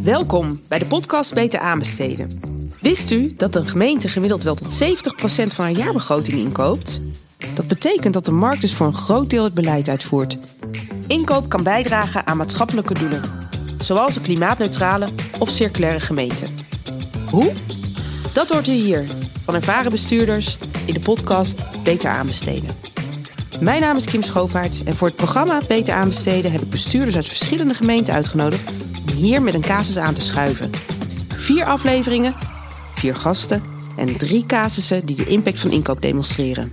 Welkom bij de podcast Beter Aanbesteden. Wist u dat een gemeente gemiddeld wel tot 70% van haar jaarbegroting inkoopt? Dat betekent dat de markt dus voor een groot deel het beleid uitvoert. Inkoop kan bijdragen aan maatschappelijke doelen, zoals een klimaatneutrale of circulaire gemeente. Hoe? Dat hoort u hier, van ervaren bestuurders in de podcast Beter Aanbesteden. Mijn naam is Kim Schoofaerts en voor het programma Beter Aanbesteden heb ik bestuurders uit verschillende gemeenten uitgenodigd om hier met een casus aan te schuiven. 4 afleveringen, 4 gasten en 3 casussen die de impact van inkoop demonstreren.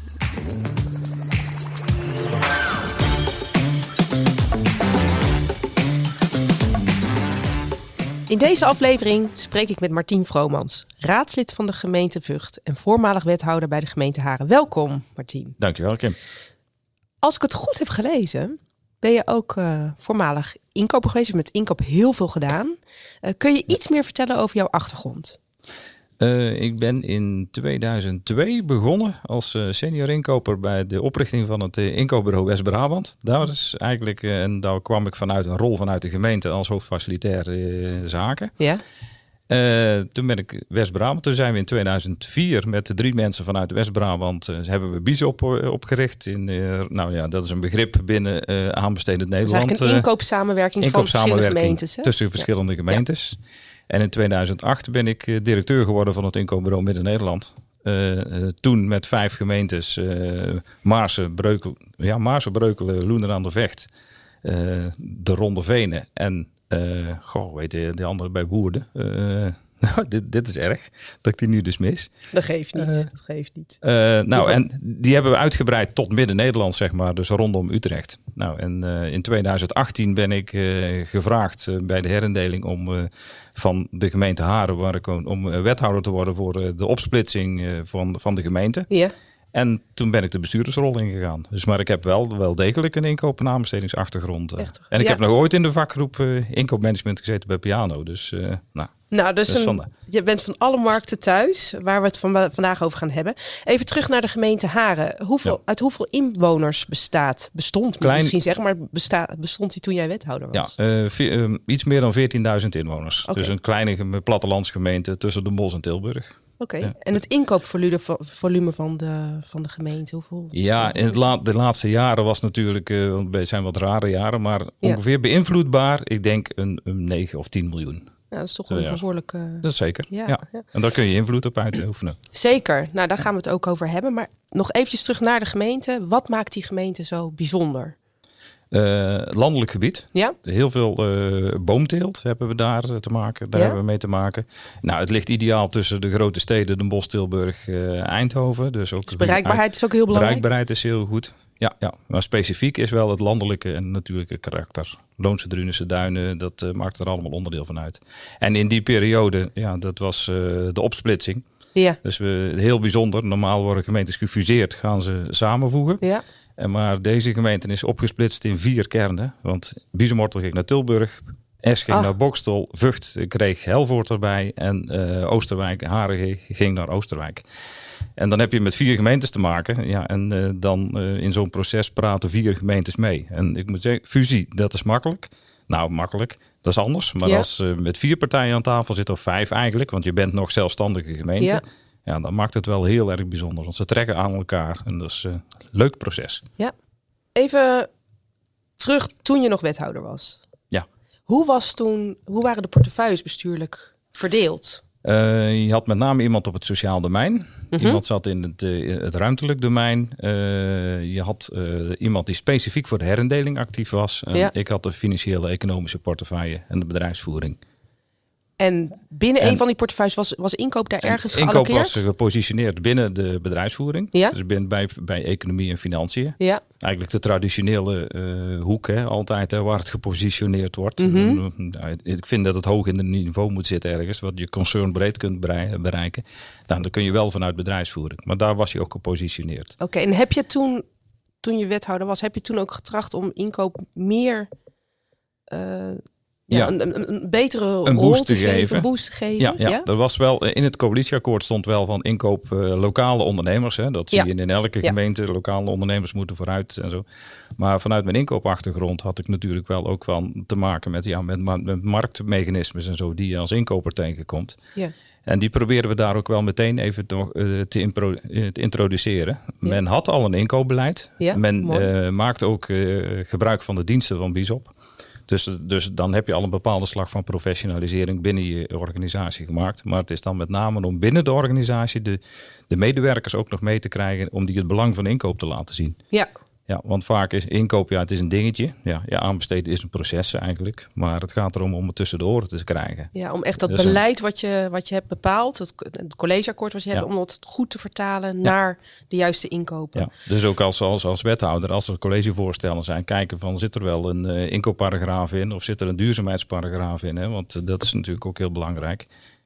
In deze aflevering spreek ik met Martien Vromans, raadslid van de gemeente Vught en voormalig wethouder bij de gemeente Haren. Welkom, Martien. Dankjewel, Kim. Als ik het goed heb gelezen, ben je ook voormalig inkoper geweest. Je hebt met inkoop heel veel gedaan. Kun je iets meer vertellen over jouw achtergrond? Ik ben in 2002 begonnen als senior inkoper bij de oprichting van het inkoopbureau West-Brabant. Daar is eigenlijk, en daar kwam ik vanuit een rol vanuit de gemeente als hoofdfacilitair zaken. Ja. Toen ben ik West-Brabant. Toen zijn we in 2004 met de 3 mensen vanuit West-Brabant hebben we BIES opgericht. Dat is een begrip binnen aanbestedend Nederland. Het is eigenlijk een inkoopsamenwerking van verschillende gemeentes. Hè? Tussen verschillende gemeentes. Ja. En in 2008 ben ik directeur geworden van het inkoopbureau Midden-Nederland. Toen met 5 gemeentes, Maarsen, Breukelen, Loenen aan de Vecht, de Ronde Venen en weet je, de andere bij Woerden. Dit is erg, dat ik die nu dus mis. Dat geeft niet. En die hebben we uitgebreid tot Midden-Nederland, zeg maar, dus rondom Utrecht. In 2018 ben ik gevraagd bij de herindeling van de gemeente Haren, waar ik woon, om wethouder te worden voor de opsplitsing van de gemeente. Ja. En toen ben ik de bestuurdersrol ingegaan. Maar ik heb wel degelijk een inkoop- en aanbestedingsachtergrond. En ik heb nog ooit in de vakgroep inkoopmanagement gezeten bij Piano. Dus je bent van alle markten thuis, waar we het vandaag over gaan hebben. Even terug naar de gemeente Haren. Uit hoeveel inwoners bestond die toen jij wethouder was? Ja, iets meer dan 14.000 inwoners. Okay. Dus een kleine plattelandsgemeente tussen Den Bosch en Tilburg. Oké. Ja. En het inkoopvolume van de gemeente, hoeveel? Ja, in de laatste jaren was natuurlijk, want het zijn wat rare jaren, maar ongeveer beïnvloedbaar, ik denk een 9 of 10 miljoen. Ja, dat is toch een behoorlijke... Dat is zeker, ja. En daar kun je invloed op uitoefenen. Zeker, nou daar gaan we het ook over hebben. Maar nog eventjes terug naar de gemeente. Wat maakt die gemeente zo bijzonder? Landelijk gebied. Ja? Heel veel boomteelt hebben we daar hebben we mee te maken. Nou, het ligt ideaal tussen de grote steden Den Bosch, Tilburg, Eindhoven. Dus bereikbaarheid is ook heel belangrijk. Bereikbaarheid is heel goed. Ja. Maar specifiek is wel het landelijke en natuurlijke karakter. Loonse Drunense Duinen, dat maakt er allemaal onderdeel van uit. En in die periode, dat was de opsplitsing. Ja. Dus heel bijzonder. Normaal worden gemeentes gefuseerd, gaan ze samenvoegen. Ja. Maar deze gemeente is opgesplitst in 4 kernen. Want Biezenmortel ging naar Tilburg, Es ging naar Bokstel, Vught kreeg Helvoort erbij en Oosterwijk, Haren ging naar Oosterwijk. En dan heb je met 4 gemeentes te maken. Ja, en dan in zo'n proces praten 4 gemeentes mee. En ik moet zeggen, fusie, dat is makkelijk. Nou, makkelijk, dat is anders. Maar als met 4 partijen aan tafel zit, of 5 eigenlijk, want je bent nog zelfstandige gemeente. Ja, dan maakt het wel heel erg bijzonder. Want ze trekken aan elkaar en dat is een leuk proces. Ja, even terug toen je nog wethouder was. Ja. Hoe waren de portefeuilles bestuurlijk verdeeld? Je had met name iemand op het sociaal domein. Mm-hmm. Iemand zat in het ruimtelijk domein. Je had iemand die specifiek voor de herindeling actief was. Ik had de financiële economische portefeuille en de bedrijfsvoering. En binnen een van die portefeuilles was inkoop daar ergens geallockeerd? Inkoop was gepositioneerd binnen de bedrijfsvoering. Ja? Dus bij economie en financiën. Ja. Eigenlijk de traditionele hoek, altijd waar het gepositioneerd wordt. Mm-hmm. Ik vind dat het hoog in het niveau moet zitten ergens. Wat je concernbreed kunt bereiken. Nou, dan kun je wel vanuit bedrijfsvoering. Maar daar was je ook gepositioneerd. Oké, en heb je toen je wethouder was, heb je toen ook getracht om inkoop meer een betere een rol boost te geven. Een boost te geven. Ja. Er was wel, in het coalitieakkoord stond wel van inkoop lokale ondernemers. Hè. Dat zie je in elke gemeente. Lokale ondernemers moeten vooruit en zo. Maar vanuit mijn inkoopachtergrond had ik natuurlijk wel ook van te maken met marktmechanismes en zo die je als inkoper tegenkomt. Ja. En die proberen we daar ook wel meteen even te introduceren. Ja. Men had al een inkoopbeleid. Ja, men maakt ook gebruik van de diensten van BISOP. Dus dan heb je al een bepaalde slag van professionalisering binnen je organisatie gemaakt. Maar het is dan met name om binnen de organisatie de medewerkers ook nog mee te krijgen om die het belang van inkoop te laten zien. Ja. Ja, want vaak is inkoop, het is een dingetje. Ja, aanbesteden is een proces eigenlijk. Maar het gaat erom het tussen de oren te krijgen. Ja, om echt dat beleid wat je hebt bepaald, het collegeakkoord wat je hebt, om dat goed te vertalen naar de juiste inkopen. Ja, dus ook als wethouder, als er collegevoorstellen zijn, kijken van zit er wel een inkoopparagraaf in of zit er een duurzaamheidsparagraaf in. Hè? Want dat is natuurlijk ook heel belangrijk.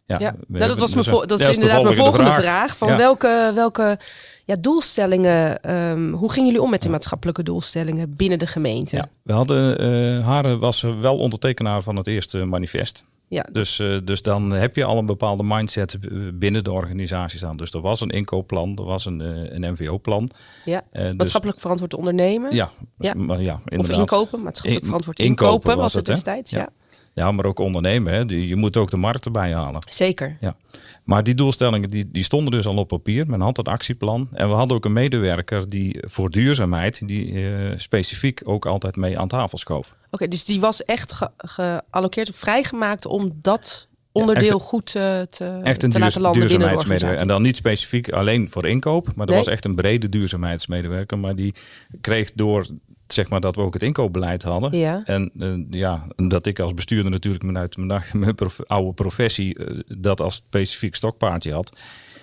Dat is inderdaad mijn volgende vraag. Van welke doelstellingen, hoe gingen jullie om met die maatschappelijke doelstellingen binnen de gemeente? Ja, we hadden, Haren was wel ondertekenaar van het eerste manifest. Ja. Dus dan heb je al een bepaalde mindset binnen de organisatie staan. Dus er was een inkoopplan, er was een MVO-plan. Ja, maatschappelijk verantwoord ondernemen. Ja, inderdaad. Of inkopen, maatschappelijk verantwoord inkopen was het destijds. Ja, maar ook ondernemen. Hè. Je moet ook de markt erbij halen. Zeker. Ja. Maar die doelstellingen die stonden dus al op papier. Men had een actieplan. En we hadden ook een medewerker die voor duurzaamheid, die specifiek ook altijd mee aan tafel schoof. Oké, dus die was echt geallockeerd of vrijgemaakt om dat onderdeel goed te laten landen binnen de organisatie. En dan niet specifiek alleen voor inkoop. Maar er was echt een brede duurzaamheidsmedewerker. Maar die kreeg door dat we ook het inkoopbeleid hadden. Ja. En dat ik als bestuurder natuurlijk vanuit mijn oude professie dat als specifiek stokpaardje had,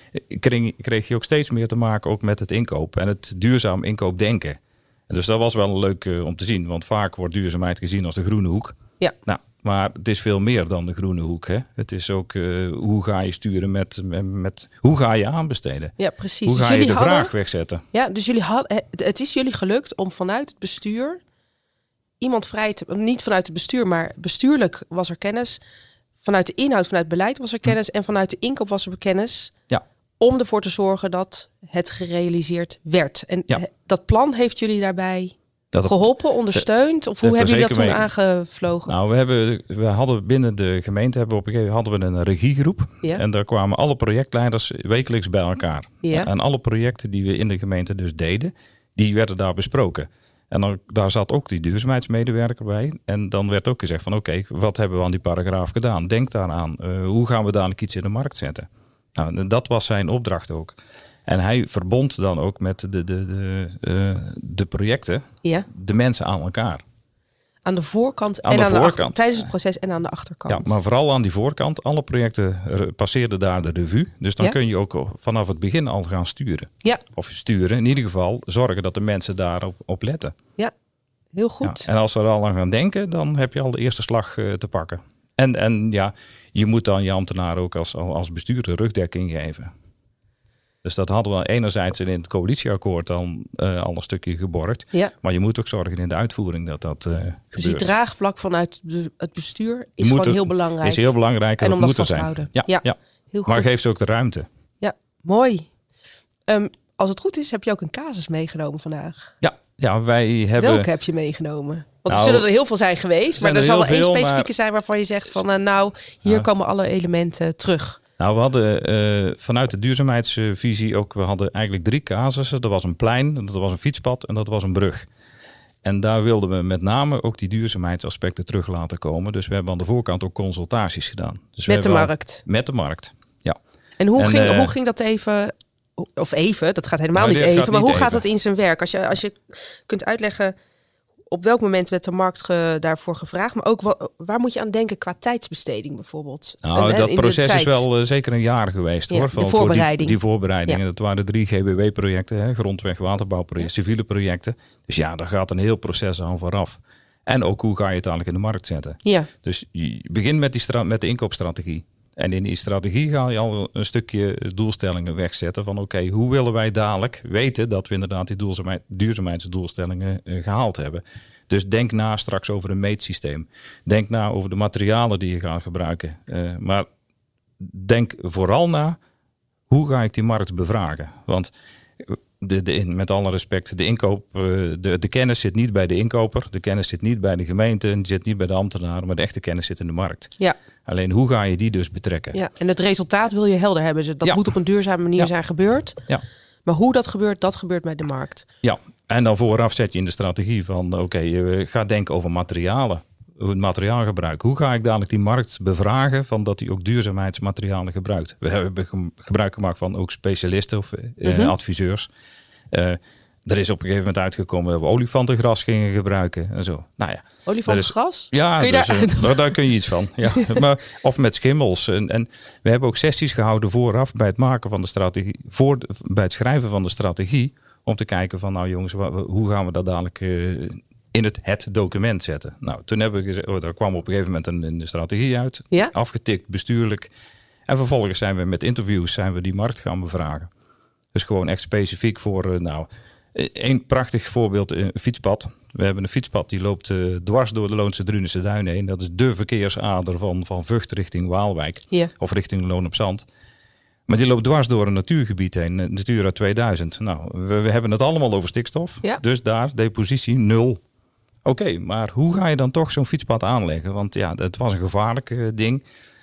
kreeg je ook steeds meer te maken ook met het inkoop en het duurzaam inkoopdenken. En dus dat was wel leuk om te zien, want vaak wordt duurzaamheid gezien als de groene hoek. Ja. Nou, maar het is veel meer dan de groene hoek. Hè? Het is ook hoe ga je sturen met hoe ga je aanbesteden? Ja, precies. Hoe ga je de vraag wegzetten? Ja, dus het is jullie gelukt om vanuit het bestuur iemand niet vanuit het bestuur, maar bestuurlijk was er kennis. Vanuit de inhoud, vanuit het beleid was er kennis. En vanuit de inkoop was er kennis. Ja. Om ervoor te zorgen dat het gerealiseerd werd. En dat plan heeft jullie daarbij geholpen, ondersteund? Of hoe hebben jullie dat toen aangevlogen? Nou, we hadden binnen de gemeente hadden we een regiegroep. Ja. En daar kwamen alle projectleiders wekelijks bij elkaar. Ja. En alle projecten die we in de gemeente dus deden, die werden daar besproken. En daar zat ook die duurzaamheidsmedewerker bij. En dan werd ook gezegd van oké, wat hebben we aan die paragraaf gedaan? Denk daaraan. Hoe gaan we daar iets in de markt zetten? Nou, dat was zijn opdracht ook. En hij verbond dan ook met de projecten, de mensen aan elkaar. Aan de voorkant en aan de achterkant. Tijdens het proces en aan de achterkant. Ja, maar vooral aan die voorkant. Alle projecten passeerden daar de revue. Dus dan kun je ook vanaf het begin al gaan sturen. Ja. Of sturen, in ieder geval zorgen dat de mensen daarop letten. Ja, heel goed. Ja, en als ze er al aan gaan denken, dan heb je al de eerste slag te pakken. En je moet dan je ambtenaar ook als bestuurder rugdekking geven. Dus dat hadden we enerzijds in het coalitieakkoord dan al een stukje geborgd. Ja. Maar je moet ook zorgen in de uitvoering dat gebeurt. Dus die draagvlak vanuit het bestuur is gewoon heel belangrijk. Is heel belangrijk en om dat vast te houden. Ja. Heel goed. Maar geef ze ook de ruimte. Ja, mooi. Als het goed is, heb je ook een casus meegenomen vandaag. Ja, wij hebben... Welke heb je meegenomen? Want er zullen er heel veel zijn geweest. Maar er zal wel één specifieke zijn waarvan je zegt van hier komen alle elementen terug. Nou, we hadden vanuit de duurzaamheidsvisie ook, we hadden eigenlijk 3 casussen. Er was een plein, dat was een fietspad en dat was een brug. En daar wilden we met name ook die duurzaamheidsaspecten terug laten komen. Dus we hebben aan de voorkant ook consultaties gedaan. Dus met de markt? Met de markt, ja. En hoe ging dat even? Of even, dat gaat helemaal niet even. Maar hoe gaat dat in zijn werk? Als je kunt uitleggen op welk moment werd de markt daarvoor gevraagd, maar ook waar moet je aan denken qua tijdsbesteding bijvoorbeeld? Nou, dat proces is wel zeker een jaar geweest hoor. De voorbereiding. Voor die voorbereidingen. Dat waren 3 GBW-projecten, grondweg, waterbouwprojecten, civiele projecten. Dus daar gaat een heel proces aan vooraf. En ook hoe ga je het eigenlijk in de markt zetten? Ja. Dus je begint met de inkoopstrategie. En in die strategie ga je al een stukje doelstellingen wegzetten van oké, hoe willen wij dadelijk weten dat we inderdaad die duurzaamheidsdoelstellingen gehaald hebben. Dus denk na straks over een meetsysteem. Denk na over de materialen die je gaat gebruiken. Maar denk vooral na, hoe ga ik die markt bevragen? Want met alle respect, de inkoop, de kennis zit niet bij de inkoper. De kennis zit niet bij de gemeente. En zit niet bij de ambtenaren. Maar de echte kennis zit in de markt. Ja. Alleen, hoe ga je die dus betrekken? Ja, en het resultaat wil je helder hebben. Dat moet op een duurzame manier zijn gebeurd. Ja. Maar hoe dat gebeurt bij de markt. Ja, en dan vooraf zet je in de strategie van... ga denken over materialen. Het materiaalgebruik. Hoe ga ik dadelijk die markt bevragen van dat hij ook duurzaamheidsmaterialen gebruikt? We hebben gebruik gemaakt van ook specialisten of adviseurs. Er is op een gegeven moment uitgekomen dat we olifantengras gingen gebruiken en zo. Nou ja, olifantengras? Ja, kun je daar kun je iets van. Ja. Maar, of met schimmels. En we hebben ook sessies gehouden vooraf bij het maken van de strategie, bij het schrijven van de strategie, om te kijken van, nou jongens, hoe gaan we dat dadelijk in het document zetten? Nou, toen hebben we gezegd, daar kwam op een gegeven moment een strategie uit, afgetikt bestuurlijk. En vervolgens zijn we met interviews die markt gaan bevragen. Dus gewoon echt specifiek voor, een prachtig voorbeeld, een fietspad. We hebben een fietspad die loopt dwars door de Loonse Drunense Duinen heen. Dat is de verkeersader van Vught richting Waalwijk. Of richting Loon op Zand. Maar die loopt dwars door een natuurgebied heen, Natura 2000. Nou, we hebben het allemaal over stikstof. Ja. Dus daar, depositie 0. Oké, maar hoe ga je dan toch zo'n fietspad aanleggen? Want ja, het was een gevaarlijk ding.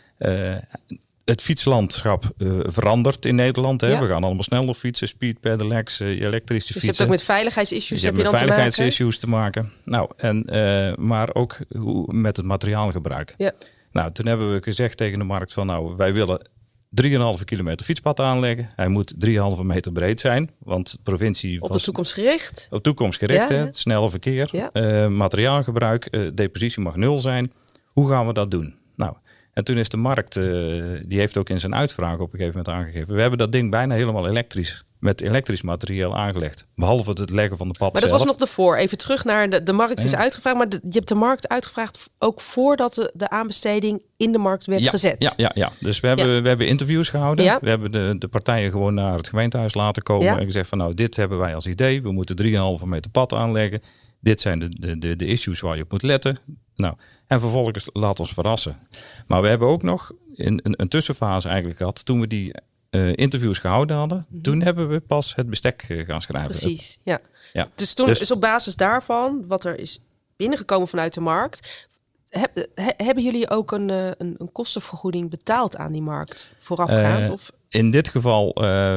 Het fietslandschap verandert in Nederland. Hè? Ja. We gaan allemaal sneller fietsen, speed pedelecs, elektrische fietsen. Je hebt ook met veiligheidsissues te maken. Nou, maar ook met het materiaalgebruik. Ja. Nou, toen hebben we gezegd tegen de markt van, wij willen 3,5 kilometer fietspad aanleggen. Hij moet 3,5 meter breed zijn, want de provincie op de toekomst gericht. Op toekomst gericht, hè? Het snelle verkeer, materiaalgebruik, depositie mag 0 zijn. Hoe gaan we dat doen? Nou. En toen is de markt, die heeft ook in zijn uitvraag op een gegeven moment aangegeven. We hebben dat ding bijna helemaal met elektrisch materiaal aangelegd. Behalve het leggen van de pad. Maar dat was nog ervoor. Even terug naar de markt is uitgevraagd. Maar je hebt de markt uitgevraagd ook voordat de aanbesteding in de markt werd gezet. Ja. Dus we hebben interviews gehouden. Ja. We hebben de partijen gewoon naar het gemeentehuis laten komen. En gezegd van dit hebben wij als idee. We moeten 3,5 meter pad aanleggen. Dit zijn de issues waar je op moet letten. Nou, en vervolgens laat ons verrassen. Maar we hebben ook nog een tussenfase eigenlijk gehad. Toen we die interviews gehouden hadden, toen hebben we pas het bestek gaan schrijven. Precies, ja. Dus toen is op basis daarvan, wat er is binnengekomen vanuit de markt, hebben jullie ook een kostenvergoeding betaald aan die markt voorafgaand? Of? In dit geval,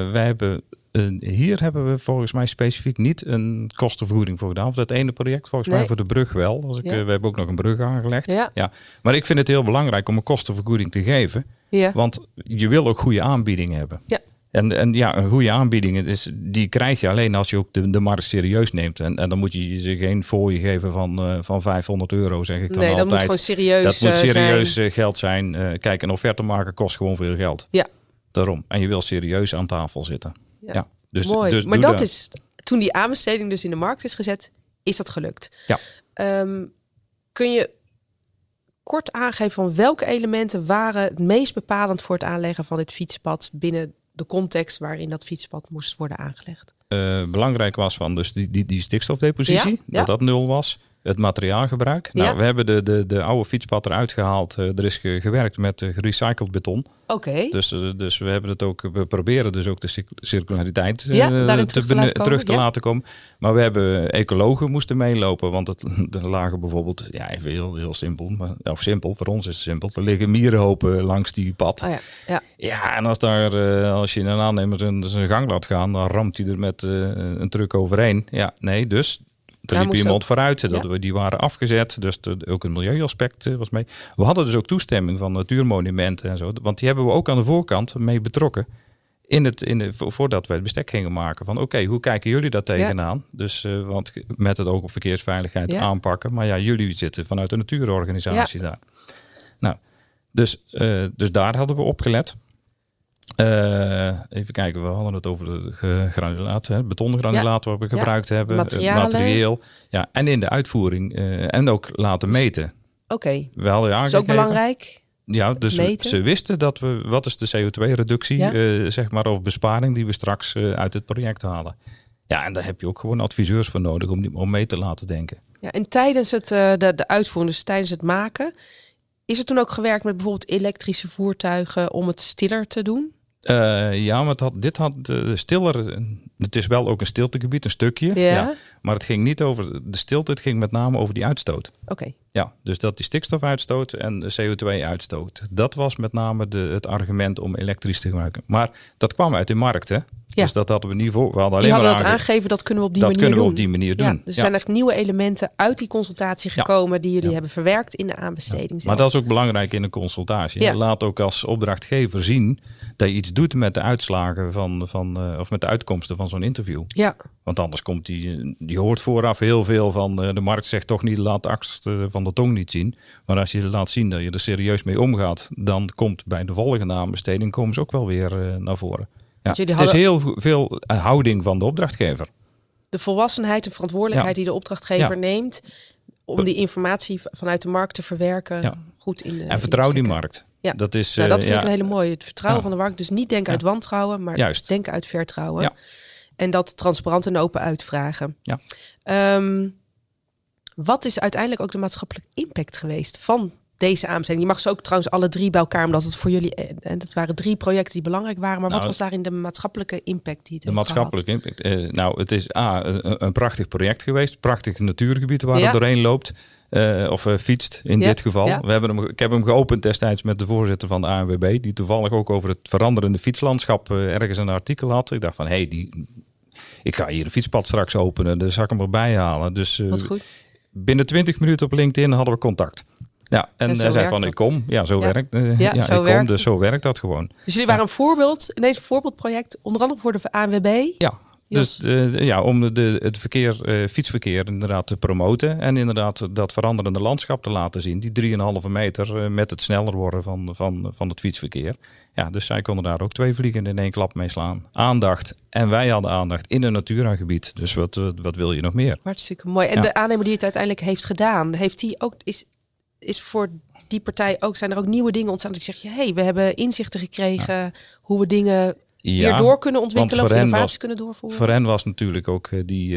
hier hebben we volgens mij specifiek niet een kostenvergoeding voor gedaan. Voor dat ene project, volgens mij voor de brug wel. We hebben ook nog een brug aangelegd. Ja. Maar ik vind het heel belangrijk om een kostenvergoeding te geven. Ja. Want je wil ook goede aanbiedingen hebben. Ja. En een goede aanbieding, die krijg je alleen als je ook de markt serieus neemt. En dan moet je ze geen fooi geven van €500, zeg ik dan altijd. Nee, dat moet gewoon serieus Dat moet serieus geld zijn. Kijk, een offerte maken kost gewoon veel geld. Ja. Daarom. En je wil serieus aan tafel zitten. Ja. Dus, mooi. Dus maar dat is, toen die aanbesteding dus in de markt is gezet, is dat gelukt. Ja. Kun je kort aangeven van welke elementen waren het meest bepalend voor het aanleggen van dit fietspad binnen de context waarin dat fietspad moest worden aangelegd? Belangrijk was van dus die stikstofdepositie, dat 0 was. Het materiaalgebruik. Nou, we hebben de oude fietspad eruit gehaald. Er is gewerkt met gerecycled beton. Oké. Dus we hebben het ook. We proberen dus ook de circulariteit terug te laten komen. Maar we hebben ecologen moesten meelopen, want er lagen bijvoorbeeld, even heel simpel, of simpel. Voor ons is het simpel. Er liggen mierenhopen langs die pad. Ja, en als je een aannemer zijn gang laat gaan, dan ramt hij er met een truck overheen. Ja, nee, dus. Er liep iemand vooruit, die waren afgezet. Dus ook een milieuaspect was mee. We hadden dus ook toestemming van natuurmonumenten en zo. Want die hebben we ook aan de voorkant mee betrokken. Voordat we het bestek gingen maken. Van oké, hoe kijken jullie daar tegenaan? Dus, want met het oog op verkeersveiligheid aanpakken. Maar jullie zitten vanuit de natuurorganisatie daar. Nou, dus daar hadden we op gelet. Even kijken, we hadden het over de granulaat, betongranulaat wat we gebruikt hebben. Het materieel. Ja, en in de uitvoering en ook laten meten. Oké, dat is ook belangrijk. Ja, dus ze wisten wat is de CO2-reductie, zeg maar, of besparing die we straks uit het project halen. Ja, en daar heb je ook gewoon adviseurs voor nodig om mee te laten denken. Ja, en tijdens de uitvoering, dus tijdens het maken, is er toen ook gewerkt met bijvoorbeeld elektrische voertuigen om het stiller te doen? Ja, maar dit had stiller. Het is wel ook een stiltegebied, een stukje. Ja. Maar het ging niet over de stilte, het ging met name over die uitstoot. Oké. Ja, dus dat die stikstofuitstoot en de CO2-uitstoot. Dat was met name het argument om elektrisch te gebruiken. Maar dat kwam uit de markt, hè? Ja. Dus dat hadden we niet voor. We hadden alleen dat aangegeven, dat kunnen we op die manier doen. Ja, dus er zijn echt nieuwe elementen uit die consultatie gekomen die jullie hebben verwerkt in de aanbesteding zelf. Maar dat is ook belangrijk in een consultatie. Ja. Laat ook als opdrachtgever zien dat je iets doet met de uitslagen of met de uitkomsten van zo'n interview. Ja. Want anders komt die hoort vooraf heel veel van de markt zegt toch niet, laat de achterste van de tong niet zien. Maar als je laat zien dat je er serieus mee omgaat, dan komt bij de volgende aanbesteding komen ze ook wel weer naar voren. Ja, het is heel veel houding van de opdrachtgever. De volwassenheid en verantwoordelijkheid die de opdrachtgever neemt om die informatie vanuit de markt te verwerken. Goed in de, en vertrouw die markt. Ja. Dat vind ik een hele mooie. Het vertrouwen van de markt. Dus niet denken uit wantrouwen, maar denken uit vertrouwen. Ja. En dat transparant en open uitvragen. Ja. Wat is uiteindelijk ook de maatschappelijke impact geweest van deze aanbesteding? Je mag ze ook trouwens alle 3 bij elkaar, omdat het voor jullie, en dat waren 3 projecten die belangrijk waren. Maar wat was daarin de maatschappelijke impact die het heeft maatschappelijke impact? Het is een prachtig project geweest. Prachtig natuurgebied waar het doorheen loopt. Of fietst in dit geval. Ja. Ik heb hem geopend destijds met de voorzitter van de ANWB. Die toevallig ook over het veranderende fietslandschap ergens een artikel had. Ik dacht van, ik ga hier een fietspad straks openen. Dus zal ik hem erbij halen. Dus binnen 20 minuten op LinkedIn hadden we contact. Ja, en hij zei van, ik kom. Ja, zo werkt het. Dus zo werkt dat gewoon. Dus jullie waren een voorbeeldproject, onder andere voor de ANWB. Ja. Dus om het fietsverkeer inderdaad te promoten. En inderdaad dat veranderende landschap te laten zien. Die 3,5 meter met het sneller worden van het fietsverkeer. Ja, dus zij konden daar ook 2 vliegen in 1 klap mee slaan. Aandacht. En wij hadden aandacht in een Natura-gebied. Dus wat wil je nog meer? Hartstikke mooi. En de aannemer die het uiteindelijk heeft gedaan, heeft die ook... Is voor die partij ook, zijn er ook nieuwe dingen ontstaan dat je zegt, we hebben inzichten gekregen hoe we dingen weer door kunnen ontwikkelen of innovaties kunnen doorvoeren? Voor hen was natuurlijk ook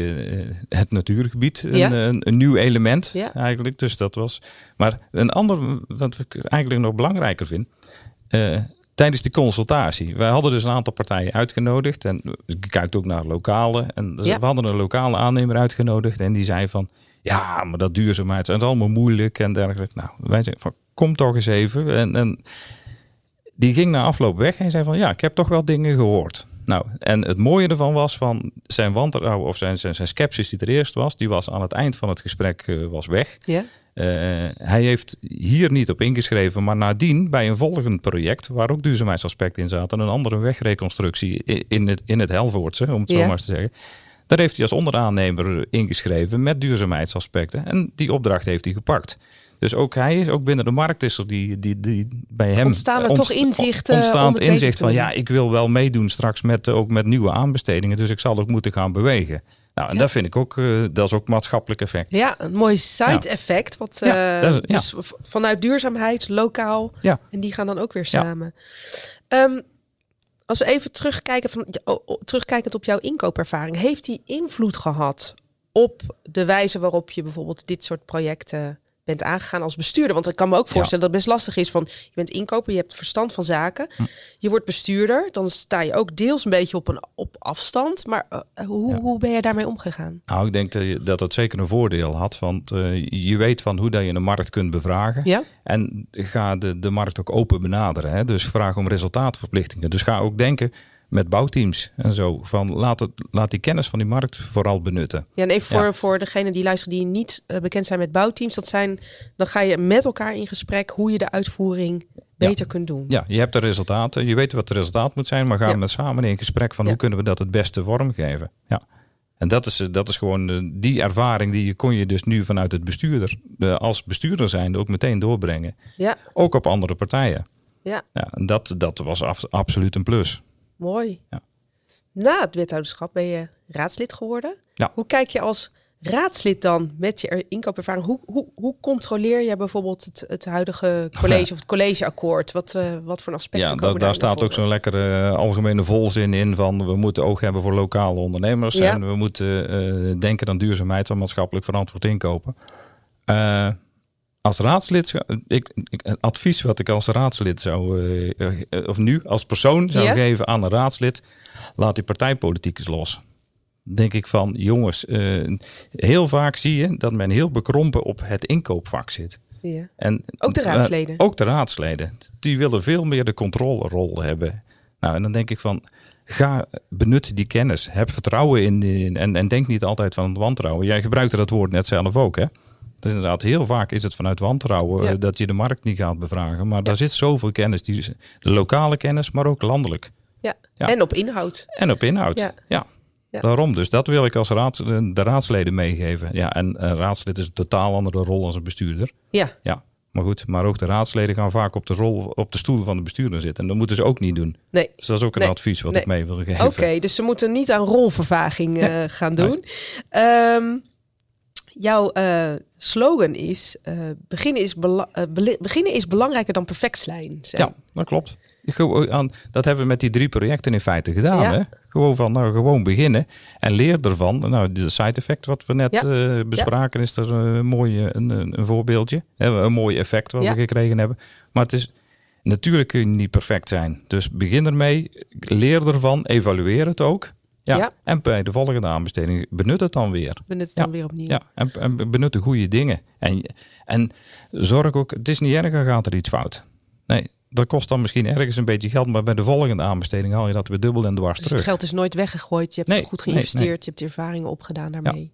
het natuurgebied een nieuw element eigenlijk. Dus dat was. Maar een ander, wat ik eigenlijk nog belangrijker vind, tijdens die consultatie. Wij hadden dus een aantal partijen uitgenodigd en je kijkt ook naar lokale. En we hadden een lokale aannemer uitgenodigd en die zei van, ja, maar dat duurzaamheid is allemaal moeilijk en dergelijke. Nou, wij zeiden van, kom toch eens even. En die ging na afloop weg en zei van, ik heb toch wel dingen gehoord. Nou, en het mooie ervan was van zijn wantrouwen of zijn sceptisch die er eerst was, die was aan het eind van het gesprek was weg. Ja. Hij heeft hier niet op ingeschreven, maar nadien bij een volgend project, waar ook duurzaamheidsaspecten in zaten, een andere wegreconstructie in het Helvoortse, om het zo maar eens te zeggen. Daar heeft hij als onderaannemer ingeschreven met duurzaamheidsaspecten. En die opdracht heeft hij gepakt. Dus ook binnen de markt is er die bij hem... Ontstaan er toch inzichten? Ontstaand inzicht van, ik wil wel meedoen straks ook met nieuwe aanbestedingen. Dus ik zal ook moeten gaan bewegen. Nou, en dat vind ik ook, dat is ook maatschappelijk effect. Ja, een mooi side-effect. Dus vanuit duurzaamheid, lokaal. Ja. En die gaan dan ook weer samen. Als we even terugkijkend op jouw inkoopervaring, heeft die invloed gehad op de wijze waarop je bijvoorbeeld dit soort projecten bent aangegaan als bestuurder? Want ik kan me ook voorstellen dat het best lastig is van, je bent inkoper, je hebt verstand van zaken, je wordt bestuurder, dan sta je ook deels een beetje op afstand. Maar hoe ben je daarmee omgegaan? Nou, ik denk dat het zeker een voordeel had, want je weet van hoe dat je een markt kunt bevragen. Ja? En ga de markt ook open benaderen. Hè? Dus vraag om resultaatverplichtingen. Dus ga ook denken met bouwteams en zo. Van laat die kennis van die markt vooral benutten. Ja, en even voor degene die luisteren die niet bekend zijn met bouwteams. Dan ga je met elkaar in gesprek hoe je de uitvoering beter kunt doen. Ja, je hebt de resultaten. Je weet wat het resultaat moet zijn. Maar ga met samen in gesprek van hoe kunnen we dat het beste vormgeven. Ja. En dat is gewoon die ervaring kon je dus nu vanuit het als bestuurder zijnde ook meteen doorbrengen. Ja. Ook op andere partijen. Ja. En dat was absoluut een plus. Mooi. Ja. Na het wethouderschap ben je raadslid geworden. Ja. Hoe kijk je als raadslid dan met je inkoopervaring? Hoe controleer je bijvoorbeeld het huidige college of het collegeakkoord? Wat voor aspecten komen daar staat ook zo'n lekkere algemene volzin in van we moeten oog hebben voor lokale ondernemers. Ja. En we moeten denken aan duurzaamheid en maatschappelijk verantwoord inkopen. Als raadslid, een advies wat ik als raadslid zou, of nu als persoon zou geven aan een raadslid, laat die partijpolitiek eens los. Denk ik van, jongens, heel vaak zie je dat men heel bekrompen op het inkoopvak zit. Ja. En, ook de raadsleden? Ook de raadsleden. Die willen veel meer de controlerol hebben. Nou, en dan denk ik van, benut die kennis. Heb vertrouwen in en denk niet altijd van wantrouwen. Jij gebruikte dat woord net zelf ook, hè? Dus inderdaad, heel vaak is het vanuit wantrouwen dat je de markt niet gaat bevragen. Maar daar zit zoveel kennis. De lokale kennis, maar ook landelijk. Ja. En op inhoud. Ja. Daarom dus. Dat wil ik als de raadsleden meegeven. Ja, en een raadslid is een totaal andere rol als een bestuurder. Ja. Maar goed, maar ook de raadsleden gaan vaak op de stoel van de bestuurder zitten. En dat moeten ze ook niet doen. Nee. Dus dat is ook een advies wat ik mee wil geven. Oké, dus ze moeten niet aan rolvervaging gaan doen. Nee. Jouw slogan is, beginnen is belangrijker dan perfect zijn. Ja, dat klopt. Dat hebben we met die 3 projecten in feite gedaan. Hè? Gewoon beginnen en leer ervan. Nou, de side effect wat we net bespraken is er een voorbeeldje. Een mooi effect wat we gekregen hebben. Maar het is, natuurlijk kun je niet perfect zijn. Dus begin ermee, leer ervan, evalueer het ook. Ja. En bij de volgende aanbesteding benut het dan weer. Weer opnieuw. Ja, en benut de goede dingen. En zorg ook, het is niet erg, dan gaat er iets fout. Nee, dat kost dan misschien ergens een beetje geld, maar bij de volgende aanbesteding haal je dat weer dubbel en dwars terug. Het geld is nooit weggegooid, je hebt het goed geïnvesteerd, je hebt de ervaringen opgedaan daarmee.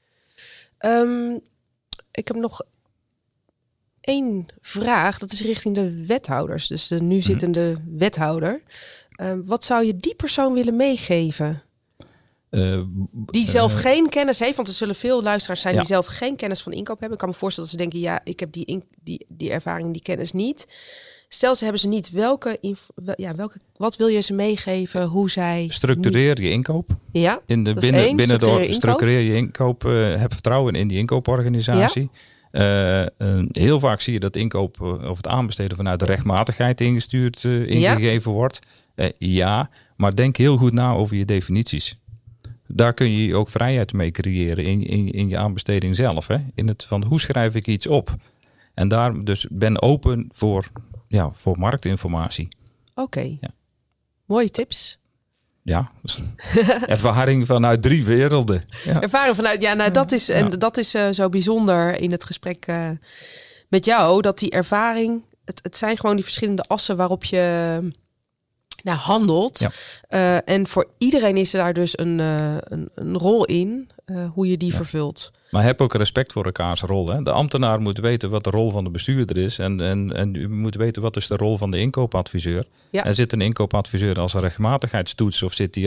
Ja. Ik heb nog 1 vraag, dat is richting de wethouders, dus de nu zittende wethouder. Wat zou je die persoon willen meegeven? Die zelf geen kennis heeft, want er zullen veel luisteraars zijn die zelf geen kennis van inkoop hebben. Ik kan me voorstellen dat ze denken, ik heb die ervaring, die kennis niet. Stel, ze hebben ze niet. Wat wil je ze meegeven? Hoe zij structureer je inkoop. Ja. Structureer je inkoop. Heb vertrouwen in die inkooporganisatie. Ja. Heel vaak zie je dat inkoop of het aanbesteden vanuit de rechtmatigheid ingegeven wordt. Maar denk heel goed na over je definities. Daar kun je ook vrijheid mee creëren in je aanbesteding zelf. Hè? In het van hoe schrijf ik iets op? En daar dus ben open voor marktinformatie. Oké. Ja. Mooie tips. Ja, ervaring vanuit 3 werelden. Ja. Ervaring vanuit, dat is zo bijzonder in het gesprek met jou. Dat die ervaring, het zijn gewoon die verschillende assen waarop je handelt. Ja. En voor iedereen is er daar dus een rol in, hoe je die vervult. Maar heb ook respect voor elkaars rol. Hè? De ambtenaar moet weten wat de rol van de bestuurder is. En u moet weten wat is de rol van de inkoopadviseur. Ja. En zit een inkoopadviseur als een rechtmatigheidstoets of zit hij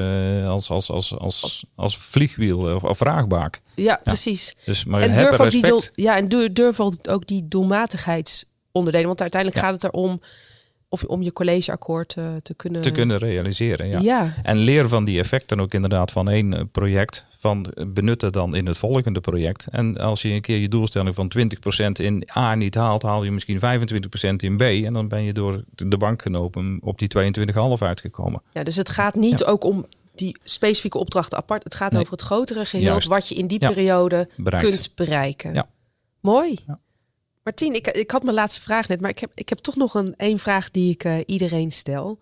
als vliegwiel of vraagbaak? Ja, precies. Dus, maar en durf ook durf ook die doelmatigheidsonderdelen. Want uiteindelijk gaat het erom om je collegeakkoord te kunnen realiseren. Ja. En leer van die effecten ook inderdaad van 1 project. Benutten dan in het volgende project. En als je een keer je doelstelling van 20% in A niet haalt, haal je misschien 25% in B. En dan ben je door de bank genomen op die 22,5 uitgekomen. Ja, dus het gaat niet ook om die specifieke opdrachten apart. Het gaat over het grotere geheel. Wat je in die periode kunt bereiken. Ja. Mooi. Ja. Martien, ik had mijn laatste vraag net, maar ik heb toch nog één vraag die ik iedereen stel.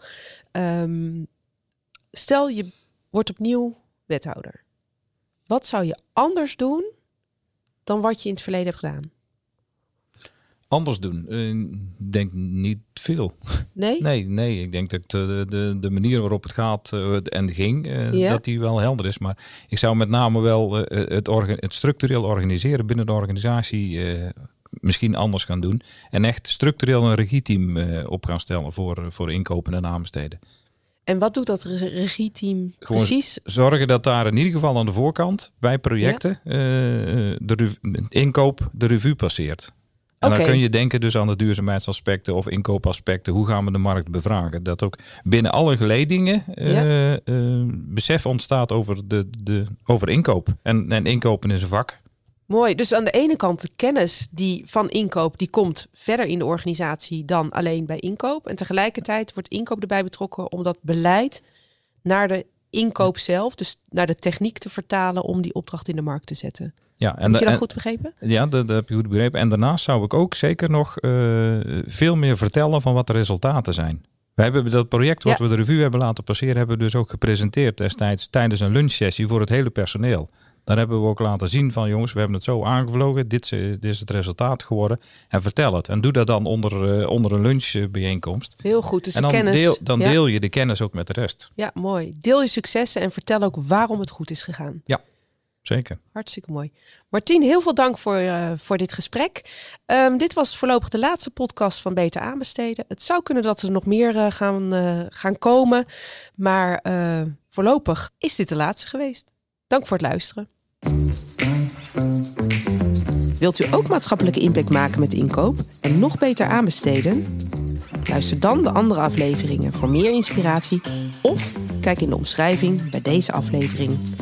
Stel, je wordt opnieuw wethouder. Wat zou je anders doen dan wat je in het verleden hebt gedaan? Anders doen? Ik denk niet veel. Nee? Nee. Ik denk dat de manier waarop het gaat en ging, dat die wel helder is. Maar ik zou met name wel het structureel organiseren binnen de organisatie misschien anders gaan doen. En echt structureel een regieteam op gaan stellen voor inkopen en aanbesteden. En wat doet dat regieteam precies? Zorgen dat daar in ieder geval aan de voorkant bij projecten de inkoop de revue passeert. En dan kun je denken dus aan de duurzaamheidsaspecten of inkoopaspecten. Hoe gaan we de markt bevragen? Dat ook binnen alle geledingen besef ontstaat over inkoop. En inkopen is een vak. Mooi. Dus aan de ene kant de kennis van inkoop, die komt verder in de organisatie dan alleen bij inkoop. En tegelijkertijd wordt inkoop erbij betrokken om dat beleid naar de inkoop zelf, dus naar de techniek te vertalen om die opdracht in de markt te zetten. Ja, heb je dat goed begrepen? Ja, dat heb je goed begrepen. En daarnaast zou ik ook zeker nog veel meer vertellen van wat de resultaten zijn. We hebben dat project wat we de revue hebben laten passeren, hebben we dus ook gepresenteerd destijds tijdens een lunchsessie voor het hele personeel. Daar hebben we ook laten zien van jongens, we hebben het zo aangevlogen. Dit is het resultaat geworden. En vertel het. En doe dat dan onder een lunchbijeenkomst. Heel goed. Dus en dan deel je de kennis ook met de rest. Ja, mooi. Deel je successen en vertel ook waarom het goed is gegaan. Ja, zeker. Hartstikke mooi. Martien, heel veel dank voor dit gesprek. Dit was voorlopig de laatste podcast van Beter Aanbesteden. Het zou kunnen dat er nog meer gaan komen. Maar voorlopig is dit de laatste geweest. Dank voor het luisteren. Wilt u ook maatschappelijke impact maken met inkoop en nog beter aanbesteden? Luister dan de andere afleveringen voor meer inspiratie of kijk in de omschrijving bij deze aflevering.